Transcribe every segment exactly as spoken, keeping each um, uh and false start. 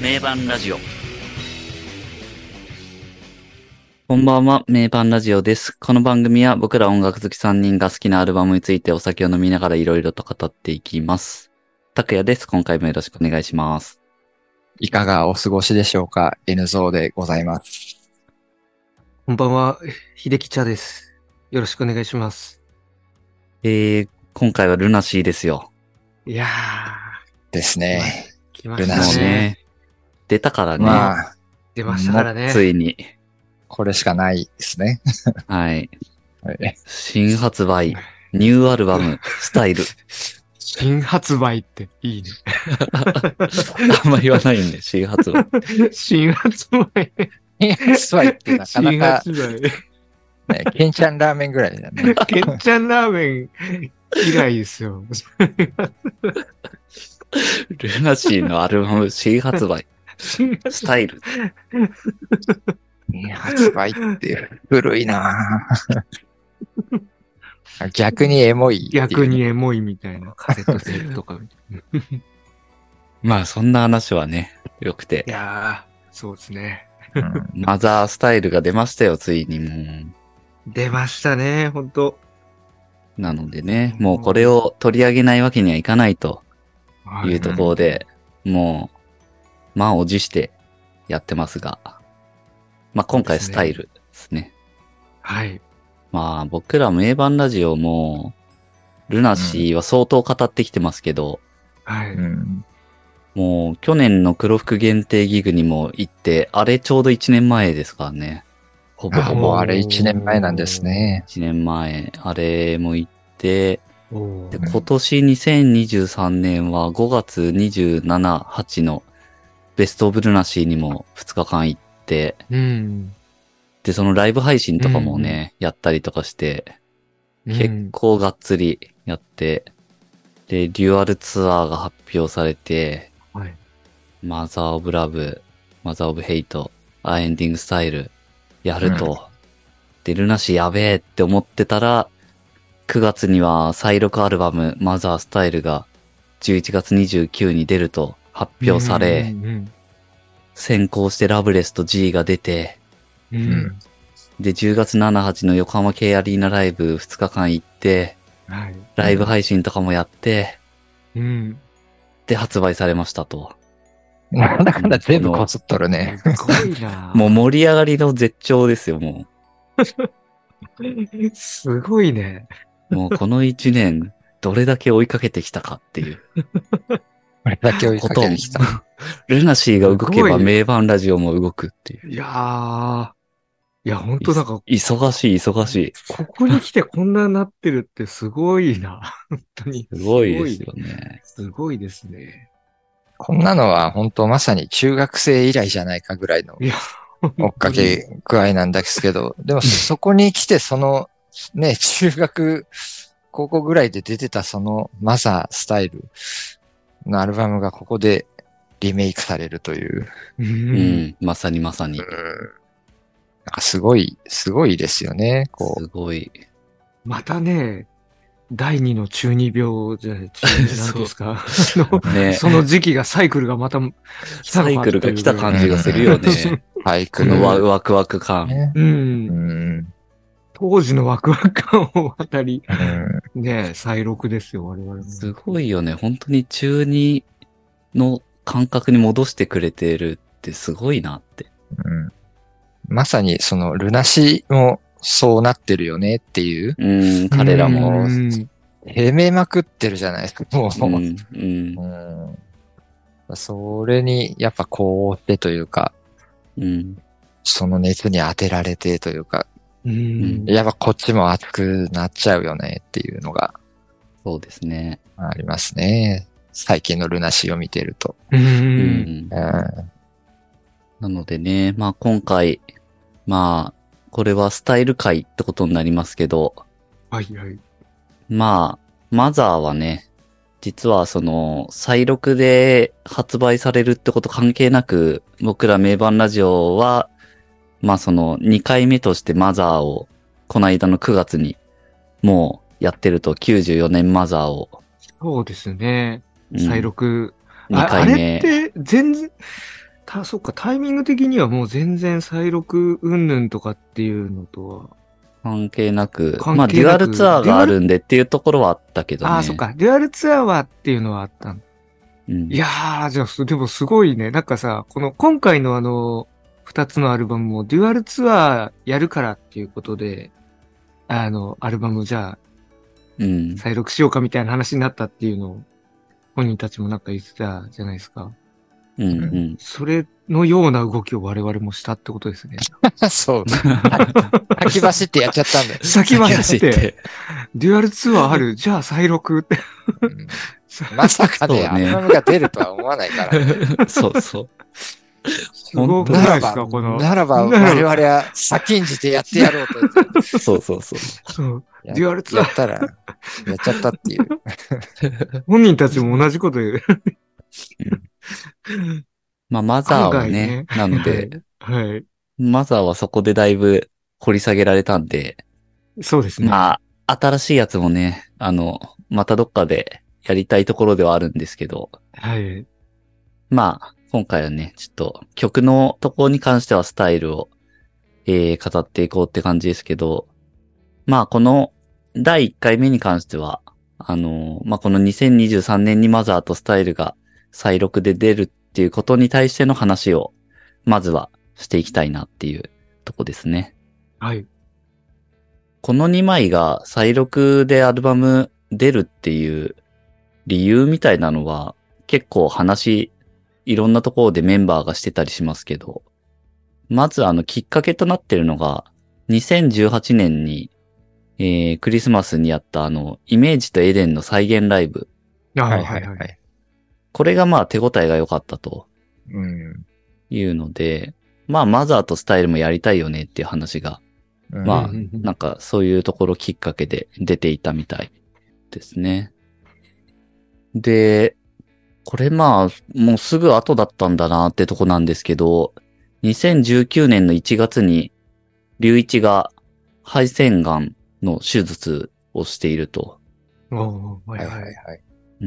名盤ラジオ。こんばんは、名盤ラジオです。この番組は僕ら音楽好きさんにんが好きなアルバムについてお酒を飲みながらいろいろと語っていきます。拓也です。今回もよろしくお願いします。 いかがお過ごしでしょうか？ N ゾーでございます。 こんばんは、秀樹茶です。よろしくお願いします。 えー、今回はルナシーですよ。 いやー。 ですね。 来ましたルナシーね。 出たからね。 まあ、 出ましたからね。 ついに。 これしかないですね。 はい。 はい、 新発売、ニューアルバム、スタイル。 新発売っていいね。 あんま言わないんで、新発売。 新発売。 新発売ってなかなか、 新発売。 ね、ケンちゃんラーメンぐらいだね。 ケンちゃんラーメン以来ですよ。 ルナシーのアルバム、新発売。スタイル。 新発売って古いなぁ。逆にエモいっていう、ね。 逆にエモいみたいなカセットテープとか。 まあそんな話はね、良くて。 いやー、そうですね。 うん、 マザースタイルが出ましたよ、ついにもう。 出ましたね、ほんと。 なのでね、もうこれを取り上げないわけにはいかないというところで、もう、満を持してやってますが、まあ今回スタイルですね。 はい。 まあ僕ら名盤ラジオも、ルナシーは相当語ってきてますけど、 はい。 うん、 もう去年の黒服限定ギグにも行って、あれちょうどいちねんまえですからね。ほぼほぼ。 あれいちねんまえなんですね。 いちねんまえ、あれも行って、で、 うん、 今年にせんにじゅうさんねんはごがつにじゅうしち、はちのベストオブルナシーにもふつかかん行って、 うん。 で、そのライブ配信とかもね、うん、やったりとかして、結構がっつりやって、で、デュアルツアーが発表されて、 はい、 マザーオブラブ、マザーオブヘイト、アエンディングスタイル、やると。うん、で、ルナシーやべえって思ってたら、くがつには再録アルバム、マザースタイルがじゅういちがつにじゅうくにちに出ると発表され、うんうんうん、先行してラブレスと G が出て、 うん、 で、じゅうがつなな、はちの横浜系アリーナライブふつかかん行って、 はい、 ライブ配信とかもやって、 うん、 で、発売されましたと。 なんだかんだ全部こすっとるね。 すごいなもう盛り上がりの絶頂ですよ、もう。すごいね。 もうこのいちねん、どれだけ追いかけてきたかっていう。 これだけ追いかけてきた。 ルナシーが動けば名盤ラジオも動くっていう。 いやー。いや、ほんとなんか。 忙しい、忙しい。 ここに来てこんななってるってすごいな。本当に。 すごいですよね。 すごいですね。 こんなのは本当まさに中学生以来じゃないかぐらいの追っかけ具合なんですけど、でもそこに来てそのね、中学、高校ぐらいで出てたそのマザースタイルのアルバムがここでリメイクされるという。 うん、うん、まさにまさに。うん、 なんかすごい、すごいですよね。こうすごい。 またね、だいにの中二病じゃない、何ですかね、その時期が、サイクルがまた来たのか、 サイクルが来た感じがするよね。 サイクル。 このワクワク感。 ね、うん、うん当時のワクワク感を渡り、うん、ね再録ですよ、我々も。 すごいよね。本当に中二の感覚に戻してくれてるってすごいなって。 うん、まさにそのルナシーもそうなってるよねっていう。 うん、彼らも。 へめまくってるじゃないですか、もう。 うん、うんうん、それにやっぱこうってというか、 うん、 その熱に当てられてというか、 うん、 やっぱこっちも熱くなっちゃうよねっていうのが。 そうですね。 ありますね。最近のルナシーを見てると。 うんうん、なのでね、まあ今回、まあ、これはスタイル界ってことになりますけど、 はいはい。 まあ、マザーはね、実はその、再録で発売されるってこと関係なく、僕ら名盤ラジオは、まあそのにかいめとしてマザーを、この間のくがつにもうやってるときゅうじゅうよねんマザーを。 そうですね。再録。 うん、にかいめ。 あれって全然、 た、そっか、タイミング的にはもう全然再録云々とかっていうのとは。 関係なく、 関係なくまあ、デュアルツアーがあるんでっていうところはあったけどね。 ああ、そっか。デュアルツアーはっていうのはあったん。 うん、 いやー、じゃあ、でもすごいね。なんかさ、この今回のあの、二つのアルバムもデュアルツアーやるからっていうことで、あの、アルバムじゃあ、 うん。 再録しようかみたいな話になったっていうのを、本人たちもなんか言ってたじゃないですか。 うんうん。 それのような動きを我々もしたってことですね。 そう。先走ってやっちゃったんだよ。 先走って、デュアルツアーある、じゃあ再録って。 うん、まさかね、アルバムが出るとは思わないからね。 そうそう。 すごくないですか、この。 ならば、我々は先んじてやってやろうと。 そうそうそう。 そう。デュアルツアー。 やったら、やっちゃったっていう。 本人たちも同じこと言う。 まあ、マザーはね、ねなので、 はい、はい。 マザーはそこでだいぶ掘り下げられたんで、 そうですね。 まあ、新しいやつもね、あの、またどっかでやりたいところではあるんですけど、 はい。 まあ、今回はね、ちょっと曲のところに関してはスタイルを、えー、語っていこうって感じですけど、まあ、このだいいっかいめに関しては、あの、まあ、このにせんにじゅうさんねんにマザーとスタイルが再録で出るっていうことに対しての話を、まずはしていきたいなっていうとこですね。 はい。 このにまいが再録でアルバム出るっていう理由みたいなのは結構話、いろんなところでメンバーがしてたりしますけど、まずあのきっかけとなってるのがにせんじゅうはちねんに、えー、クリスマスにやったあのイメージとエデンの再現ライブ。 はいはいはい。 これがまあ手応えが良かったと。 うん。 いうので、まあマザーとスタイルもやりたいよねっていう話が、うん、まあなんかそういうところきっかけで出ていたみたいですね。で、これまあもうすぐ後だったんだなってとこなんですけど、にせんじゅうきゅうねんのいちがつに、龍一が肺腺がんの手術をしていると。 おー、はいはいはい。 うん、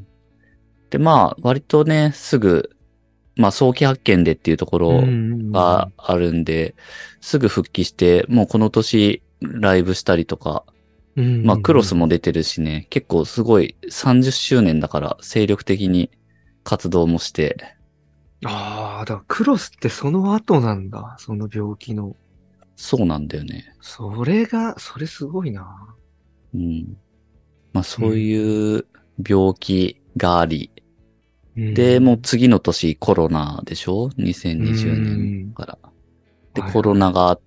でまあ割とね、すぐ、まあ早期発見でっていうところがあるんで、すぐ復帰して、もうこの年ライブしたりとか、まあクロスも出てるしね、結構すごいさんじゅっしゅうねんだから精力的に活動もして。 ああ、だからクロスってその後なんだ、その病気の。 そうなんだよね。 それが、それすごいな。 うん。まあそういう病気があり、で、もう次の年コロナでしょ ?にせんにじゅうねんから。で、コロナがあって、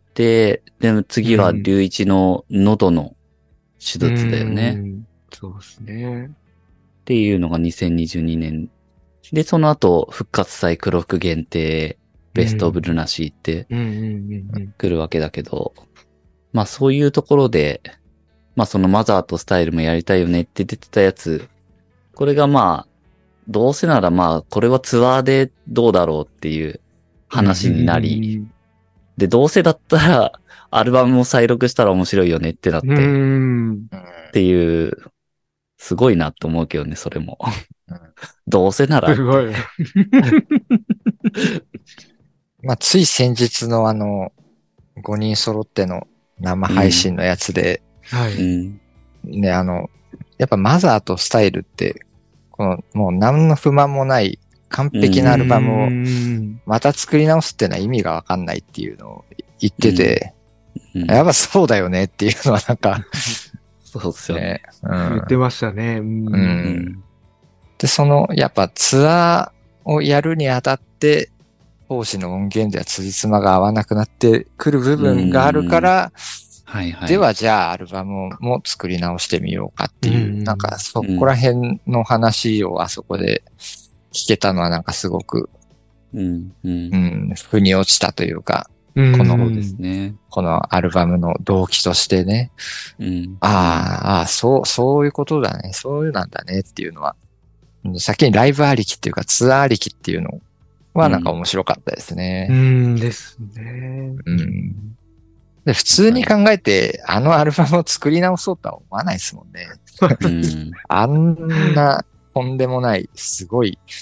で、次は龍一の喉の手術だよね。 そうですね。 っていうのがにせんにじゅうにねん。で、その後、復活祭黒服限定、ベストオブルナシーって来るわけだけど、まあそういうところで、まあそのマザーとスタイルもやりたいよねって出てたやつ、これがまあ、どうせならまあ、これはツアーでどうだろうっていう話になり、で、どうせだったら、アルバムを再録したら面白いよねってなって、っていう、すごいなって思うけどね、それも。どうせなら。 すごい。 まあ、つい先日のあの、ごにん揃っての生配信のやつで、 うん、はい。 ね、あの、やっぱマザーとスタイルって、この、もう何の不満もない完璧なアルバムをまた作り直すっていうのは意味がわかんないっていうのを言ってて、うんうん、やっぱそうだよねっていうのはなんか、 そうっすよね。 うん、言ってましたね、うん。 うん。で、その、やっぱツアーをやるにあたって、当時の音源では辻褄が合わなくなってくる部分があるから、 はいはい、 ではじゃあアルバムも作り直してみようかっていう、うん、なんかそこら辺の話をあそこで聞けたのはなんかすごく、 うんうんうん、腑に落ちたというか、 うん、 この、 ですね、 このアルバムの動機としてね、 うん、 ああ、そう、そういうことだね、そういうなんだねっていうのは、先にライブありきっていうかツアーありきっていうのはなんか面白かったですね。 うん、うんですね。 うんで普通に考えて、あのアルバムを作り直そうとは思わないですもんね。 うん、 あんなとんでもない、すごい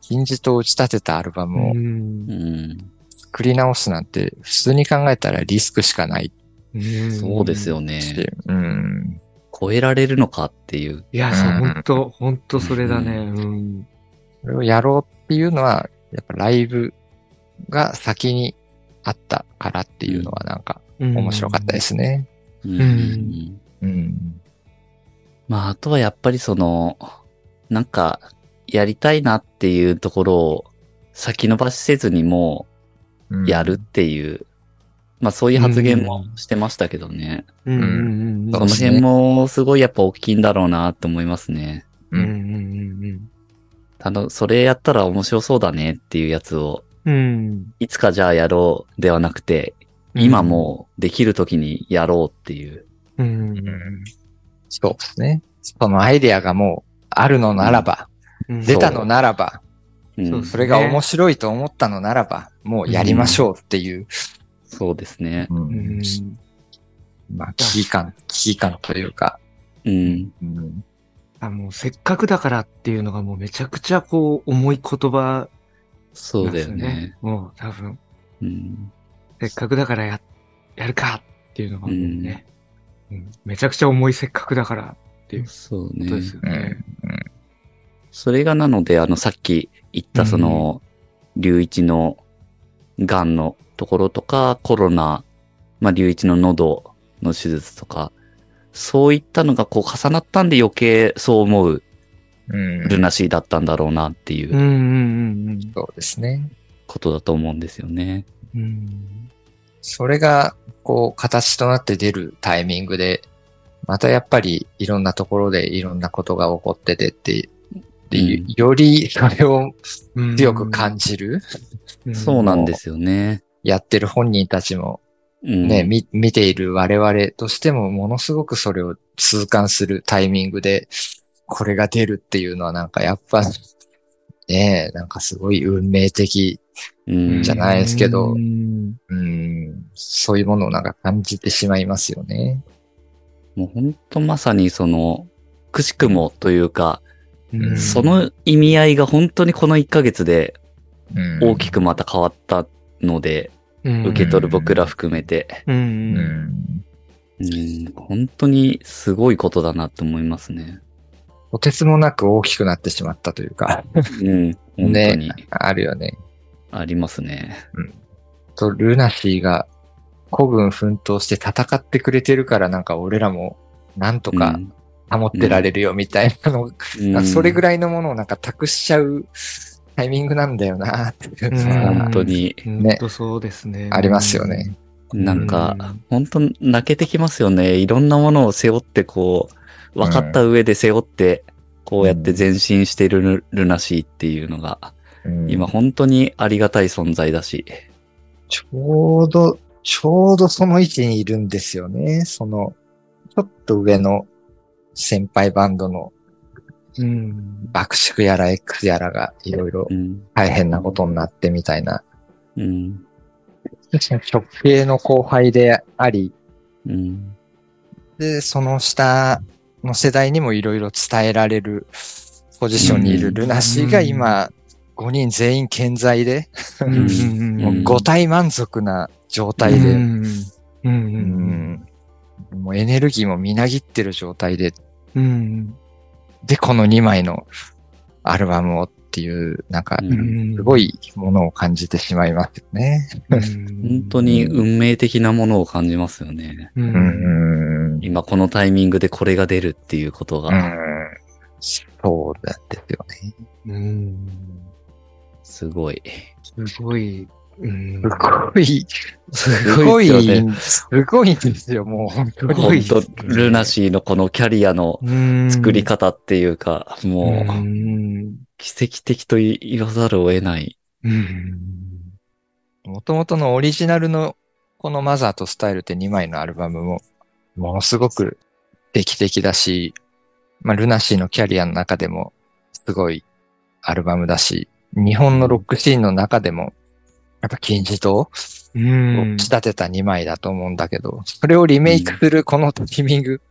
金字塔を打ち立てたアルバムをうんうん。 作り直すなんて、普通に考えたらリスクしかないそうですよし、 ね。 うん。 超えられるのかっていう。 いや、そう、 うんほんと、ほんとそれだね。うん。 それをやろうっていうのは、やっぱライブが先にあったからっていうのはなんか面白かったですね。 うんんうん。 まあ、あとはやっぱりその、なんか、やりたいなっていうところを先延ばしせずにもうんうやるっていう、まあそういう発言もしてましたけどね。 うんうんうんうん。 その辺もすごいやっぱ大きいんだろうなって思いますね。 うんうんうんただ、それやったら面白そうだねっていうやつを、 うん。うん。 いつかじゃあやろうではなくて、今もうできる時にやろうっていう。 うん。 うんそうですね。そのアイデアがもうあるのならば、 うん出たのならば、 うんそうそれが面白いと思ったのならば、もうやりましょうっていう。 そうですね。 うんうんまあ、危機感、危機感というか、 うん。 うんあ、もうせっかくだからっていうのがもうめちゃくちゃこう重い言葉そうだなんですよね。 よね。 もう多分、 うん。 せっかくだからや、やるかっていうのがもうね、うんめちゃくちゃ重いせっかくだからっていうそうねこと。ですようんね。 それがなので、あの、さっき言ったその、龍一の癌のところとか、コロナ、まあ、龍一の喉の手術とか、そういったのがこう重なったんで余計そう思ううんルナシーだったんだろうなっていううんうんうんそうですね。 ことだと思うんですよね。 うん。うんそれが、こう、形となって出るタイミングで、またやっぱりいろんなところでいろんなことが起こっててって、でうんよりそれをうん強く感じる、 そうなんですよね。 やってる本人たちもうん。 ね、み見ている我々としてもものすごくそれを痛感するタイミングで、これが出るっていうのはなんかやっぱ、ねえ、なんかすごい運命的、 うんじゃないですけどうんうん、そういうものをなんか感じてしまいますよね。 もう本当まさにその、くしくもというか、 うんその意味合いが本当にこのいっかげつでうん、 大きくまた変わったので、受け取る僕ら含めて、 うんううんん。 うん、本当にすごいことだなと思いますね。 とてつもなく大きくなってしまったというか、 うん、本当にあるよね。 ありますね。 と、ルナシーが孤軍奮闘して戦ってくれてるからなんか俺らもなんとか保ってられるよみたいなの、 うん、 それぐらいらいのものをなんか託しちゃうタイミングなんだよなっていうのうんは本当に、 本当そうですね。 ありますよね。 なんかうん、 本当泣けてきますよね。いろんなものを背負ってこう、分かった上で背負って、こうやって前進してるルルナシーっていうのが、 うん今本当にありがたい存在だし。 ちょうど、ちょうどその位置にいるんですよね。その、ちょっと上の先輩バンドのうん。 爆縮やら X やらがいろいろうん。 大変なことになってみたいな。 うん。 直系の後輩であり、 うん。 で、その下の世代にもいろいろ伝えられるポジションにいるルナシーが今、ごにん全員健在で、 うんもうご体満足な状態で、 うん。う。 うんんもうエネルギーもみなぎってる状態で、 うん。 で、このにまいのアルバムをっていう、なんか、 うんすごいものを感じてしまいますよね。 本当に運命的なものを感じますよね。 う。 うんん。 今このタイミングでこれが出るっていうことが、 うん。そうなんですよね。 うん。 すごい。 すごい。うんすごい、 すすごい、 ですよね。 すごいんですよ、もう本当に。 ごい本当ルナシーのこのキャリアの作り方っていうか、もう、 うん。 奇跡的と言わざるを得ない。 うん。 もともとのオリジナルのこのマザーとスタイルってにまいのアルバムもものすごく劇的だし、まあルナシーのキャリアの中でもすごいアルバムだし、日本のロックシーンの中でもやっぱ金字塔をうん。 仕立てたにまいだと思うんだけど、それをリメイクするこのタイミング、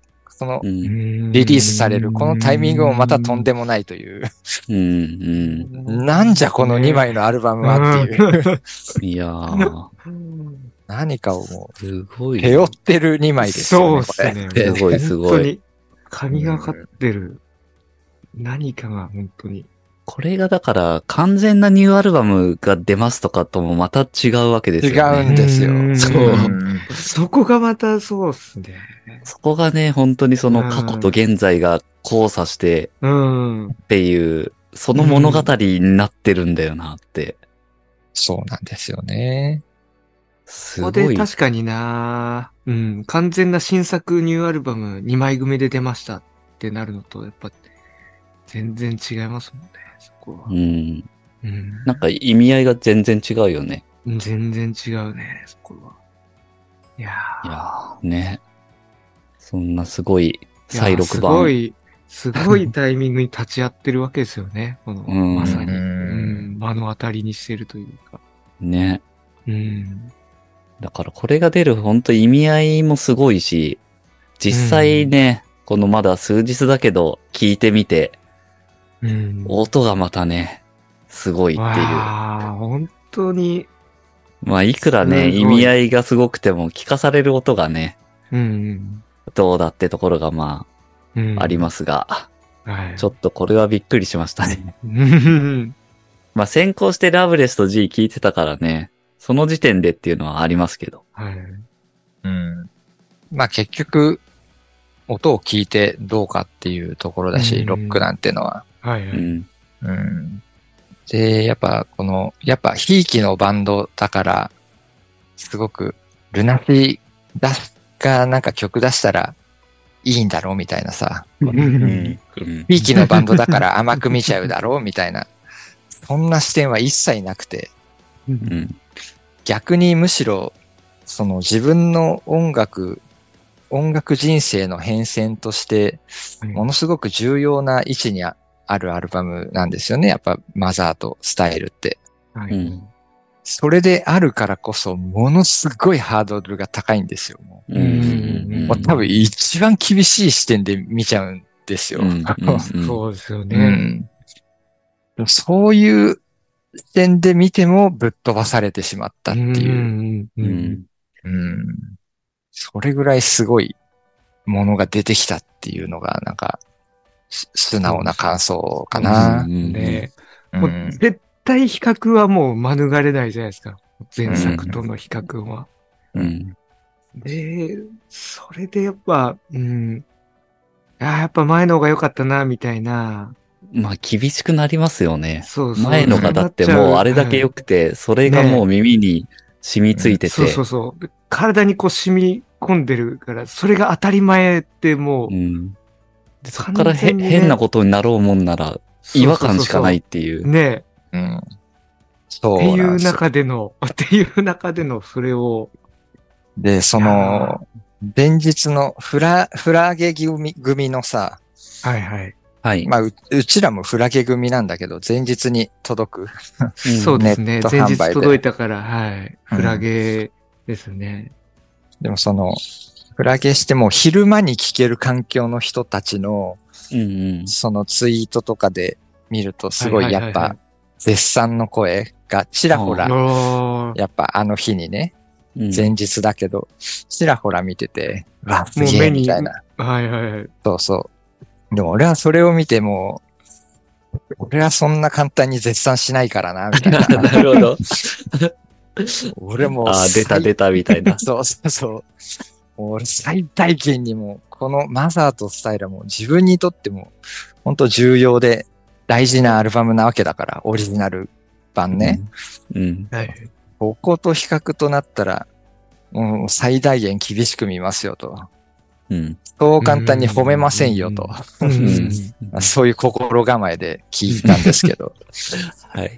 そのうん。 リリースされるこのタイミングもまたとんでもないという。 うん。うん。 なんじゃこのにまいのアルバムはっていう。 いやー、 何かをもすごう、 い。 背負ってるにまいですそうよね、これ。 っすね。 すごいすごい本当に、神がかってる。何かが本当に。 これがだから完全なニューアルバムが出ますとかともまた違うわけですよね。 違うんですよ。 うんそううんそこがまたそうっすね。 そこがね、本当にその過去と現在が交差してうん。 っていう、その物語になってるんだよなって。 そうなんですよね。 ここすごい。 で確かになうん。完全な新作ニューアルバムにまい組で出ましたってなるのと、やっぱ、全然違いますもんね、そこは。 うん。 うん。 なんか意味合いが全然違うよね。 全然違うね、そこは。いやいやー、ね。そんなすごい、 ー再録版。 すごい、すごいタイミングに立ち会ってるわけですよね。この、 うんまさに。 ううんん。目の当たりにしてるというか。 ね。 うん。 だからこれが出る本当意味合いもすごいし、実際ね、このまだ数日だけど聞いてみて、 うん。 音がまたね、すごいっていう。 わあ、本当に、 まあいくらね、 すごい意味合いがすごくても聞かされる音がね、 うん。 どうだってところがまうん。。 あありますすが、 はい。 ちょっとこれはびっくりしましたね。 うん。 まあ先行してラブレスと G 聞いてたからね、その時点でっていうのはありますけど。 はい。 うん。まあ結局、音を聞いてどうかっていうところだし、 うんロックなんてのは。 はい。はい。 うん。 うん。で、やっぱこの、やっぱひいきのバンドだから、すごく、ルナシー出すかなんか曲出したらいいんだろうみたいなさ、 うん。うん。 ひいきのバンドだから甘く見ちゃうだろうみたいな、そんな視点は一切なくて、 うん。 逆にむしろ、その自分の音楽、音楽人生の変遷として、ものすごく重要な位置にあるアルバムなんですよね。やっぱマザーとスタイルって。 はい。 うんそれであるからこそ、ものすごいハードルが高いんですよ。もうん。うん。 うもう多分一番厳しい視点で見ちゃうんですよ。 うんうんそうですようね。 んでもそういう視点で見てもぶっ飛ばされてしまったっていう。 うん。 ううん。 ん。 うんそれぐらいすごいものが出てきたっていうのが、なんか、す素直な感想かな。 ねうんもう絶対比較はもう免れないじゃないですか。前作との比較は。 うん。 で、それでやっぱ、うん。ああ、やっぱ前の方が良かったな、みたいな。 まあ厳しくなりますよね。 そうそう。 前のがだってもうあれだけ良くて、それがもう耳に染みついてて。 そうそうそう。で体にこう染み込んでるから、それが当たり前ってもう、 うん。でそっからへ、 完全にね変なことになろうもんなら違和感しかないっていう。 ねうん。そうっていうなんですよ中での、っていう中でのそれを、 で、その、前日のフラ、フラゲ組組のさ、 はいはい。 はい。 まあう、うちらもフラゲ組なんだけど、前日に届く。 そうですね。 ネット前日販売で届いたから、はい。フラゲですね。 でもその、フラゲしても昼間に聴ける環境の人たちの、 うんうん。 そのツイートとかで見ると、すごいやっはいはいはいはぱ、絶賛の声がちらほら、 あやっぱあの日にね、 うん前日だけど、ちらほら見てて、うわ、すげえもう目にみたいな。 あ。はいはいはい。 そうそう。でも俺はそれを見ても、俺はそんな簡単に絶賛しないからな、みたいな。 なるほど。 俺もああ、出た出たみたいな。 そうそうそう。もう俺最大限にも、このマザーとスタイルはもう自分にとっても、本当重要で大事なアルバムなわけだから、オリジナル版ね。 うん。 はい。 ここと比較となったら、もう最大限厳しく見ますよと。 うん。 そう簡単に褒めませんよと。 ううんん。 まあそういう心構えで聞いたんですけど。 はい。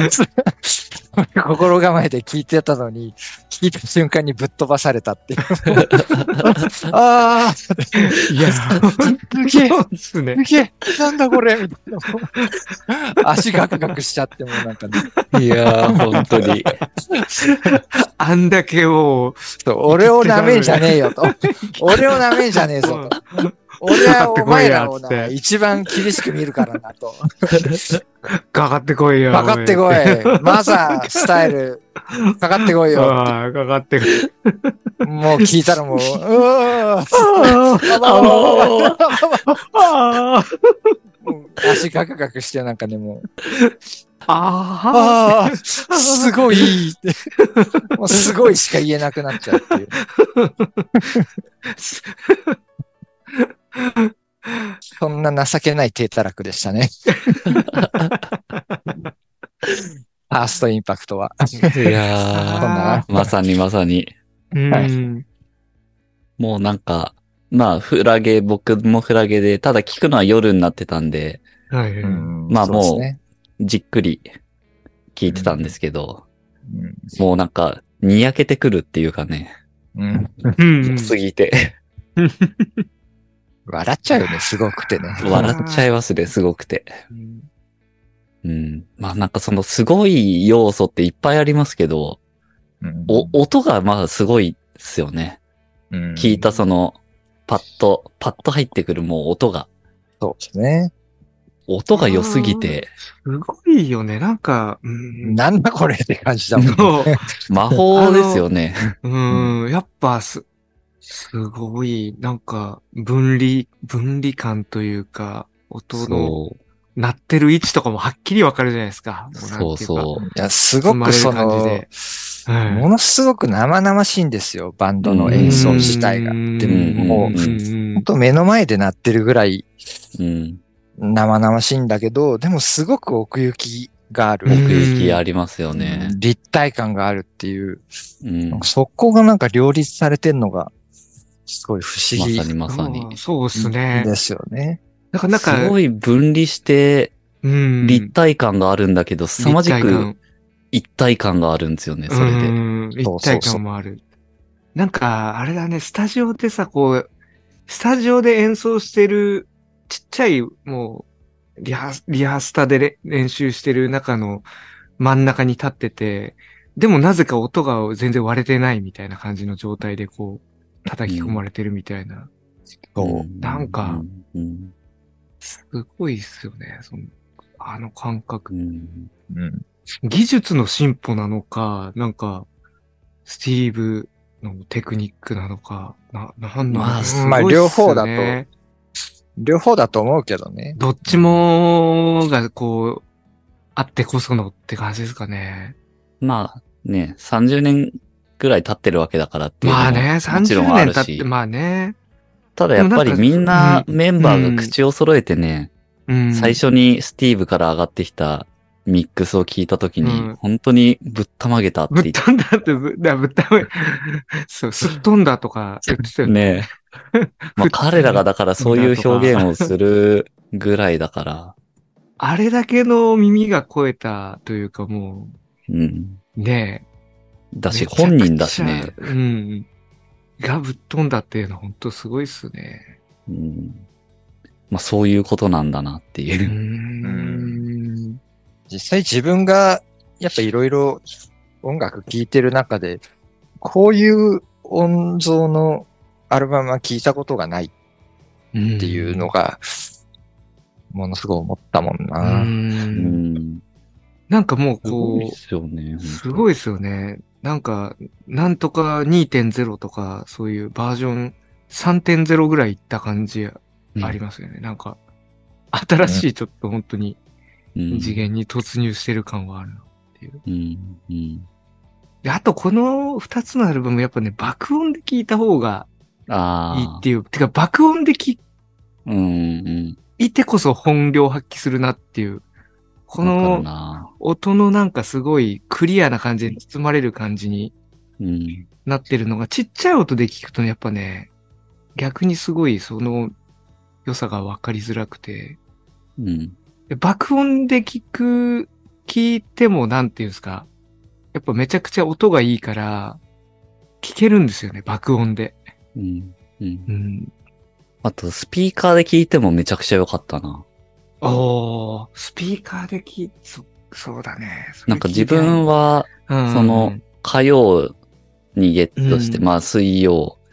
心構えで聞いてたのに、聞いた瞬間にぶっ飛ばされたっていう。ああいや、そうげえですね。 すげえなんだこれみたいな。足ガクガクしちゃってもうなんかね。 いやー、本当に。 あんだけを、 そう俺を舐めんじゃねえよと。俺を舐めんじゃねえぞと。 俺はお前らをな、 かかってこいやつって一番厳しく見るからなと。 かかってこいよ。 かかってこい。マザースタイル、かかってこいよ。 ああ、かかってこい。 もう聞いたらもう、うわーああ、 もう足ガクガクしてなんかね、もう、 あああ、すごいいいって。もうすごいしか言えなくなっちゃうっていう。そんな情けない低たらくでしたね。ファーストインパクトは。 いやそんなー、まさにまさに。 うはいん。 もうなんか、まあ、フラゲ、僕もフラゲで、ただ聞くのは夜になってたんで、 はいはい。 うんまあそうですねじっくり聞いてたんですけど、 うんもうなんか、にやけてくるっていうかね、 うんうん。 良すぎて、 笑っちゃうよね、すごくてね。 笑っちゃいますね、すごくて。 うんうん。まあなんかそのすごい要素っていっぱいありますけど、 うんお、音がまあすごいですよね。 うん聞いたその、パッと、パッと入ってくるもう音が、 そうですね。 音が良すぎて、 すごいよね。なんか、うん。 なんだこれって感じだもんね。 そう魔法ですよね。 うん、やっぱす、すごい、なんか、分離、分離感というか、音のそ鳴ってる位置とかもはっきりわかるじゃないですか。 う、 もそううそう。 いや、すごくその包まれる感じで、はいものすごく生々しいんですよ、バンドの演奏自体が。でも、もう、 うんほんと目の前で鳴ってるぐらいうん。 生々しいんだけど、でもすごく奥行きがある。 うん奥行きありますよね。 立体感があるっていう、 うん。 そこがなんか両立されてんのが、すごい不思議まさにまさに。 そうそうっすね。 ですよね。 なんか、なんか、 すごい分離して、 うん立体感があるんだけど、凄まじく立体感一体感があるんですよね、それで。 うんそうそうそう一体感もある。なんか、あれだね、スタジオでさ、こう、スタジオで演奏してる、ちっちゃい、もう、リハ、リハスタでれ練習してる中の真ん中に立ってて、でもなぜか音が全然割れてないみたいな感じの状態でこう、叩き込まれてるみたいな。 そう。 んなんか、 うんすごいっすよね、その、あの感覚。 うんうん。 技術の進歩なのか、なんか、スティーブのテクニックなのか、な、なんなのまあか、すまあごいっすね両方だと両方だと思うけどね。 どっちもがこう、あってこそのって感じですかね。 まあね、さんじゅうねんぐらい経ってるわけだからっていうのもまあね、 も 30 ちろんある年経って、 し、 まあね。 ただやっぱりみんなうんメンバーが口を揃えてね、 うん。 最初にスティーブから上がってきたミックスを聞いたときに、 うん本当にぶったまげたってぶっ言っ飛んだって、ぶだぶっため、そう、すっ飛んだとか言ってたてよね。 ね。まあ彼らがだからそういう表現をするぐらいだから、 あれだけの耳が超えたというかもうん。 う、ねだしめちゃくちゃ本人だしね。 うん。がぶっ飛んだっていうのは本当すごいっすね。 うん。まあそういうことなんだなってういう。 ん。 実際自分がやっぱいろいろ音楽聴いてる中で、こういう音像のアルバムは聞いたことがないっていうのが、ものすごい思ったもんうな。 うんん。 なんかもうすごいっこすよね。 う、すごいですよね。なんか、なんとか にてんゼロ とか、そういうバージョン さんてんゼロ ぐらいいった感じありますよね。なんか、新しいちょっと本当にうん次元に突入してる感はあるなっていう。 うん。うん。 で、あとこのふたつのアルバムやっぱね、爆音で聴いた方がああ。 いいっていう。てか爆音で聴うんうん。 いてこそ本領発揮するなっていう。こわかるのな。 音のなんかすごいクリアな感じで包まれる感じにうん。 なってるのがちっちゃい音で聞くとねやっぱね、逆にすごいその良さがわかりづらくて。 うん。 で爆音で聞く、聞いてもなんていうんですか。やっぱめちゃくちゃ音がいいから聞けるんですよね、爆音で。 うん。うん。 うん。 あと、スピーカーで聞いてもめちゃくちゃ良かったな。 おー、スピーカーで聞い、そ、そうだね。 なんか自分は、 はその、火曜にゲットして、 うんまあ水曜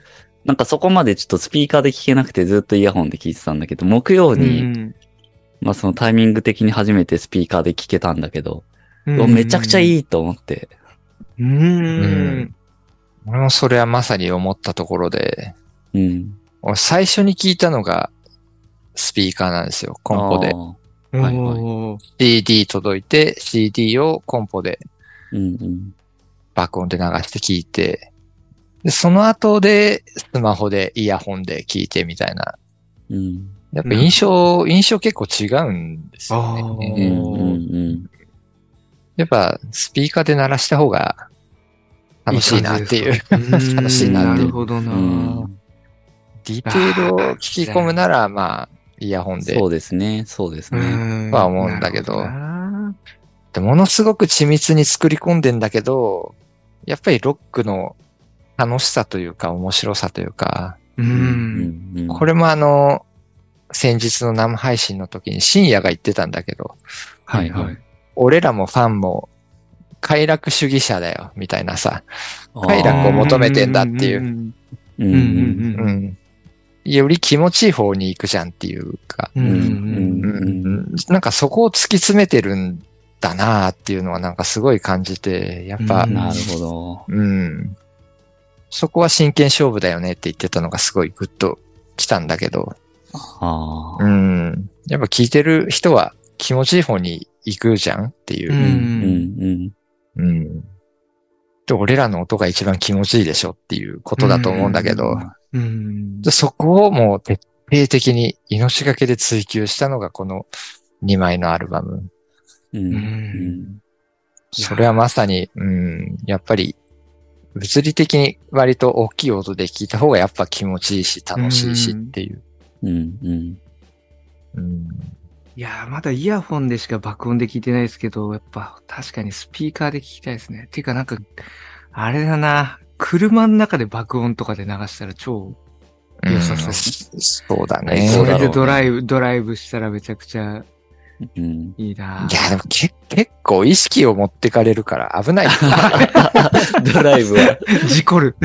なんかそこまでちょっとスピーカーで聞けなくてずっとイヤホンで聞いてたんだけど、木曜に、 うんまあそのタイミング的に初めてスピーカーで聞けたんだけど、 うんうわめちゃくちゃい。 いいと思って。 うーん。 俺もそれはまさに思ったところで、 うん。 俺最初に聞いたのがスピーカーなんですよ、コンポで。 あーはいはいおーシーディー 届いて シーディー をコンポでうんうん。 爆音で流して聞いて、で、その後でスマホでイヤホンで聞いてみたいな。 うん。 やっぱ印象、印象結構違うんですよね。 あーうんうんうん。 やっぱスピーカーで鳴らした方が楽しいなっていう。 いい感じですか楽しいなっていうなるほどな。 うんディテールを聞き込むなら、まあ、イヤホンでそうですね。そうですうね。 んは思うんだけどなるほなでものすごく緻密に作り込んでんだけど、やっぱりロックの楽しさというか面白さというか、 う。 うんんうん。 これもあの、先日の生配信の時に深夜が言ってたんだけど、 はいはい。 俺らもファンも快楽主義者だよ、みたいなさ、快あ楽を求めてんだっていううん。 ーうんうんうん。 うん。より気持ちいい方に行くじゃんっていうか、 うん。うん。 うんうんなんかそこを突き詰めてるんだなっていうのはなんかすごい感じて、やっぱ、 うんなるほど。 うん。そこは真剣勝負だよねって言ってたのがすごいグッと来たんだけど、 ああ。 うん。やっぱ聞いてる人は気持ちいい方に行くじゃんっていうう。 うんんうん。 うん。で、俺らの音が一番気持ちいいでしょっていうことだと思うんだけど、 うん。 でそこをもう徹底的に命がけで追求したのがこのにまいのアルバム。 うんううんん。 それはまさに、うん、やっぱり物理的に割と大きい音で聞いた方がやっぱ気持ちいいし楽しいしっていう。 うんうん。 うんいやー、まだイヤホンでしか爆音で聞いてないですけど、やっぱ確かにスピーカーで聞きたいですね。ていうかなんか、あれだな、車の中で爆音とかで流したら超良さそう。 うんそうだそね。 そうれだろうねでドライブ、ドライブしたらめちゃくちゃうん。 いいな。 いや、でもけ結構意識を持ってかれるから危ない。 ドライブは。 事故る。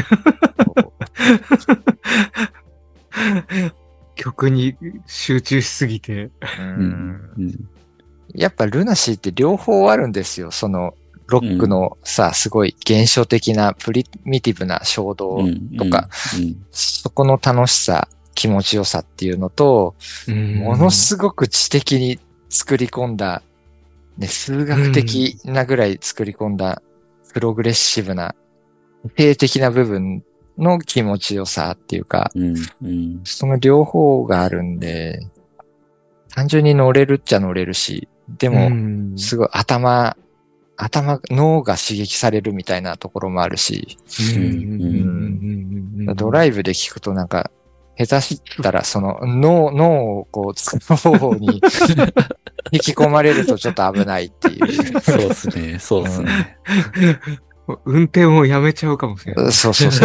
曲に集中しすぎて。 ううんん。 やっぱルナシーって両方あるんですよ。そのロックのさ、すごい現象的なプリミティブな衝動、とかうん。 そこの楽しさ、気持ちよさっていうのと、ものすごく知的に作り込んだ、ね、数学的なぐらい作り込んだ、プログレッシブな、定的な部分の気持ちよさっていうか、 うん。うん。 その両方があるんで、単純に乗れるっちゃ乗れるし、でも、 うんすごい頭、頭、脳が刺激されるみたいなところもあるし、ドライイブで聞くとなんか、下手したらその脳、脳をこう使う方に引き込まれるとちょっと危ないっていう。 そうですね。そうですね。 ブ。運転をやめちゃうかもしれない。 そうそうそう。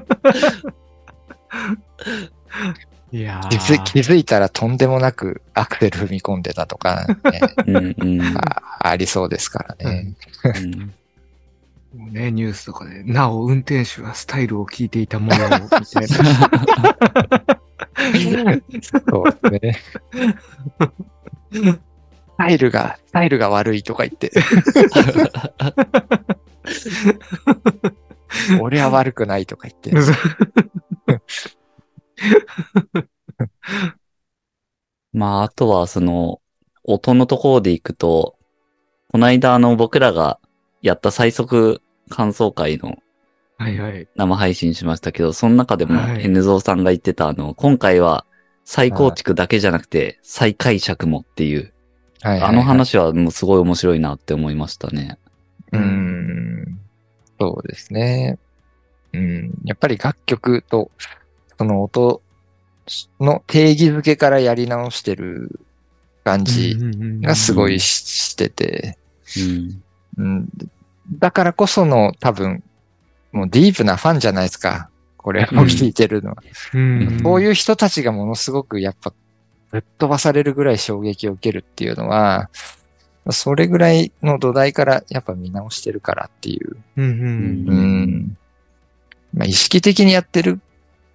いや気づ気づいたらとんでもなくアクセル踏み込んでたとか、ねうんうん。 あ、ありそうですからね。 うんもうね、ニュースとかで、なお運転手はスタイルを聞いていたものを、みたいな。 そうですね。スタイルが、スタイルが悪いとか言って。俺は悪くないとか言って。 まあ、あとは、その、音のところで行くと、この間、あの、僕らがやった最速感想会のはいはい。 生配信しましたけど、その中でも、 はい N ゾーさんが言ってた、あの、今回は再構築だけじゃなくて、再解釈もっていう、 はいはいはいあの話はもうすごい面白いなって思いましたね。 うーん。そうですね。うん。やっぱり楽曲と、その音の定義づけからやり直してる感じがすごいししてて、 うん。 うん。だからこその多分、もうディープなファンじゃないですか。これを聞いてるのは。 うん。 そういうう人たちがものすごくやっぱぶっ飛ばされるぐらい衝撃を受けるっていうのは、それぐらいの土台からやっぱ見直してるからっていう。 ん。うん。 うん。まあ意識的にやってる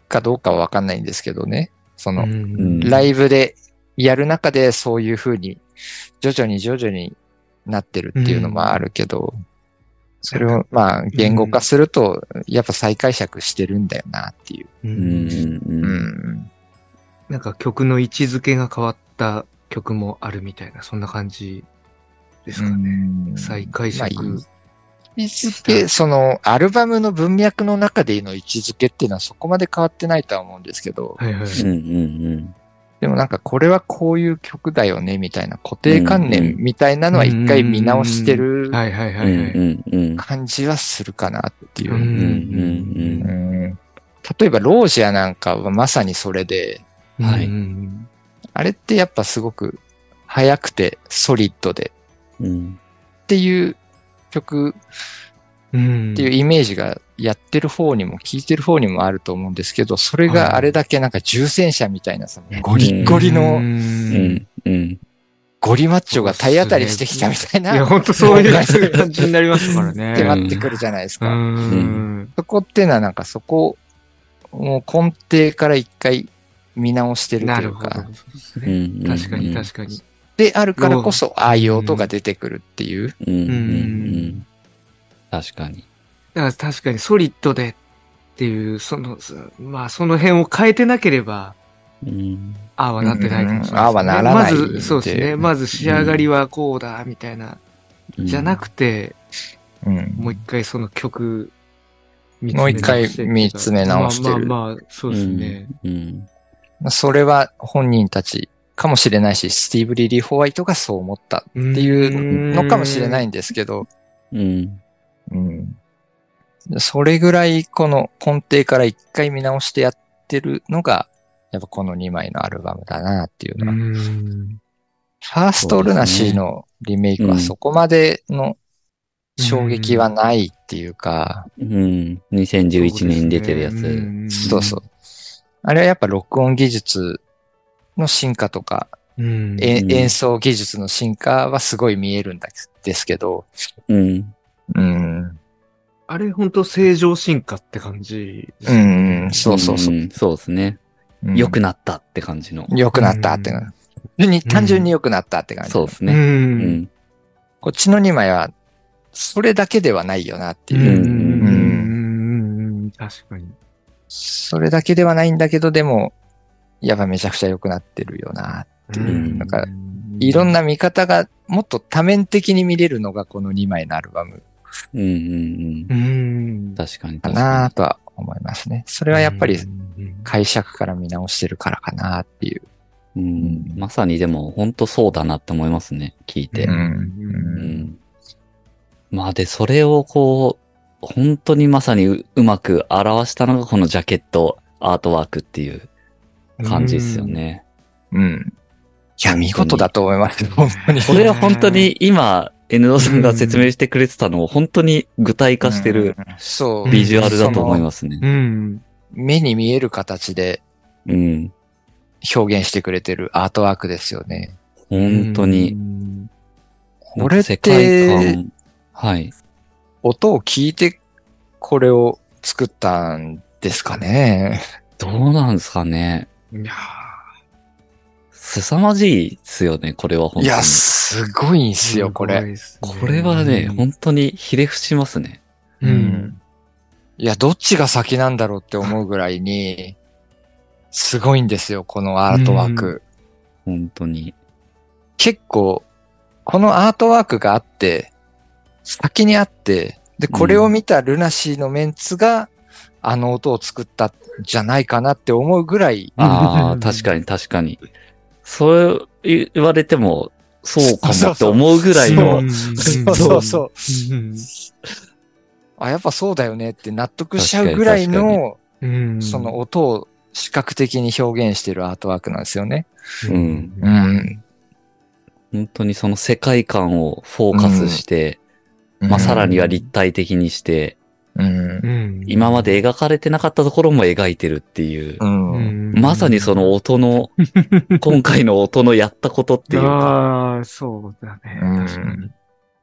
かどうかはわかんないんですけどね。その、 うんライブでやる中でそういう風に徐々に徐々になってるっていうのもあるけど、それをまあ言語化するとやっぱ再解釈してるんだよなっていう。 ううんん。うん。 うん。 なんか曲の位置づけが変わった曲もあるみたいな、そんな感じですかね。 うん再解釈。 まあ位置づけ、そのアルバムの文脈の中での位置づけっていうのはそこまで変わってないとは思うんですけど、 はいはい。 うん。うん。 でもなんかこれはこういう曲だよねみたいな固定観念みたいなのは一回見直してるはいはいはうん。 いはい。 うん。うん。 感じはするかなっていうう。 うん。うん。 うん例えばロージアなんかはまさにそれで、 はいうんあれってやっぱすごく速くてソリッドでうん。 っていう曲うん。 っていうイメージがやってる方にも聴いてる方にもあると思うんですけど、それがあれだけなんか重戦車みたいなさ、ゴリッゴリうのうんん。うん。 ゴリマッチョが体当たりしてきたみたいな。 いや、ほんとそういうそういう感じになりますからね。 迫ってくるじゃないですうか。 ん。 そこっていうのはなんかそこを根底から一回見直してるとないるほど。 うか、 そうですね。 うん。 確かに確かに。 であるからこそああいう音が出てくるっていう。 うん。うん。うん。確かに。 だから確かにソリッドでっていう、その、まあその辺を変えてなければ、 うん。 ああはなってないかもしれないですね。 うんああはならないまず、そうですね。まず仕上がりはこうだ、みたいな。じゃなくて、 うんもう一回その曲、見もう一回見つめ直してるまあまあまあ、そうですね。 うん。 それは本人たちかもしれないし、スティーブ・リリー・ホワイトがそう思ったっていうのかもしれないんですけど、 うん。 うん、それぐらいこの根底から一回見直してやってるのが、やっぱこのにまいのアルバムだなっていうのは。 うん。 ファーストルナシーのリメイクはそこまでの衝撃はないっていうか、 うん。にせんじゅういちねんに出てるやつ。 そうそう。あれはやっぱ録音技術の進化とか、 うん。 えうん演奏技術の進化はすごい見えるんですけど、 うん。 うん。 あれ本当正常進化って感じですうね。 ん、そうそうそう。 んそうですね。 うん良くなったって感じの。 良くなったって感じ。に単純に良くなったって感じ。 う。 そうですね。うんん。 こっちのにまいは、それだけではないよなってうん。 いうう。 うん。確かに。 それだけではないんだけど、でも、やっぱめちゃくちゃ良くなってるよなっていう。 うんなんか、いろんな見方がもっと多面的に見れるのがこのにまいのアルバムうんうんううん。 ん。 確かにか確かなとは思いますね。それはやっぱりうん、 解釈から見直してるからかなっていう。 に。うん。まさにでも本当そうだなって思いますね。聞いて。 ううんん。まあで、それをこう、本当にまさにううまく表したのがこのジャケットアートワークっていう感じですよね。 うん。いや、見事だと思います。本当に。 これは本当に今、N ドさんが説明してくれてたのを本当に具体化してるうんそう。 ビジュアルだと思いますね。 うん。 目に見える形でうん。 表現してくれてるアートワークですよね。 本当に。 うん。 これっ世界て、 観。はい。 音を聞いてこれを作ったんですかね。 どうなんですかね。 いや凄まじいですよね、これは本当に。 いや、すごいんすよ、これ。 これはね、本当にひれ伏しますね。 う。 うんん。いや、どっちが先なんだろうって思うぐらいに、すごいんですよ、このアートワーク。 本当に。 結構、このアートワークがあって、先にあって、で、これを見たルナシーのメンツが、あの音を作ったんじゃないかなって思うぐらい、 ああ、確かに確かに。そう言われても、そうかもって思うぐらいの、 そうそうそう。 うんあ、やっぱそうだよねって納得しちゃうぐらいの、 うん。 その音を視覚的に表現してるアートワークなんですよね。 うん。 うん。 本当にその世界観をフォーカスして、まあさらには立体的にして、 うん。 うん。 今まで描かれてなかったところも描いてるっていうう、。 うんん。 まさにその音の、今回の音のやったことっていうか、 ああ、そうだね。 うん確かに。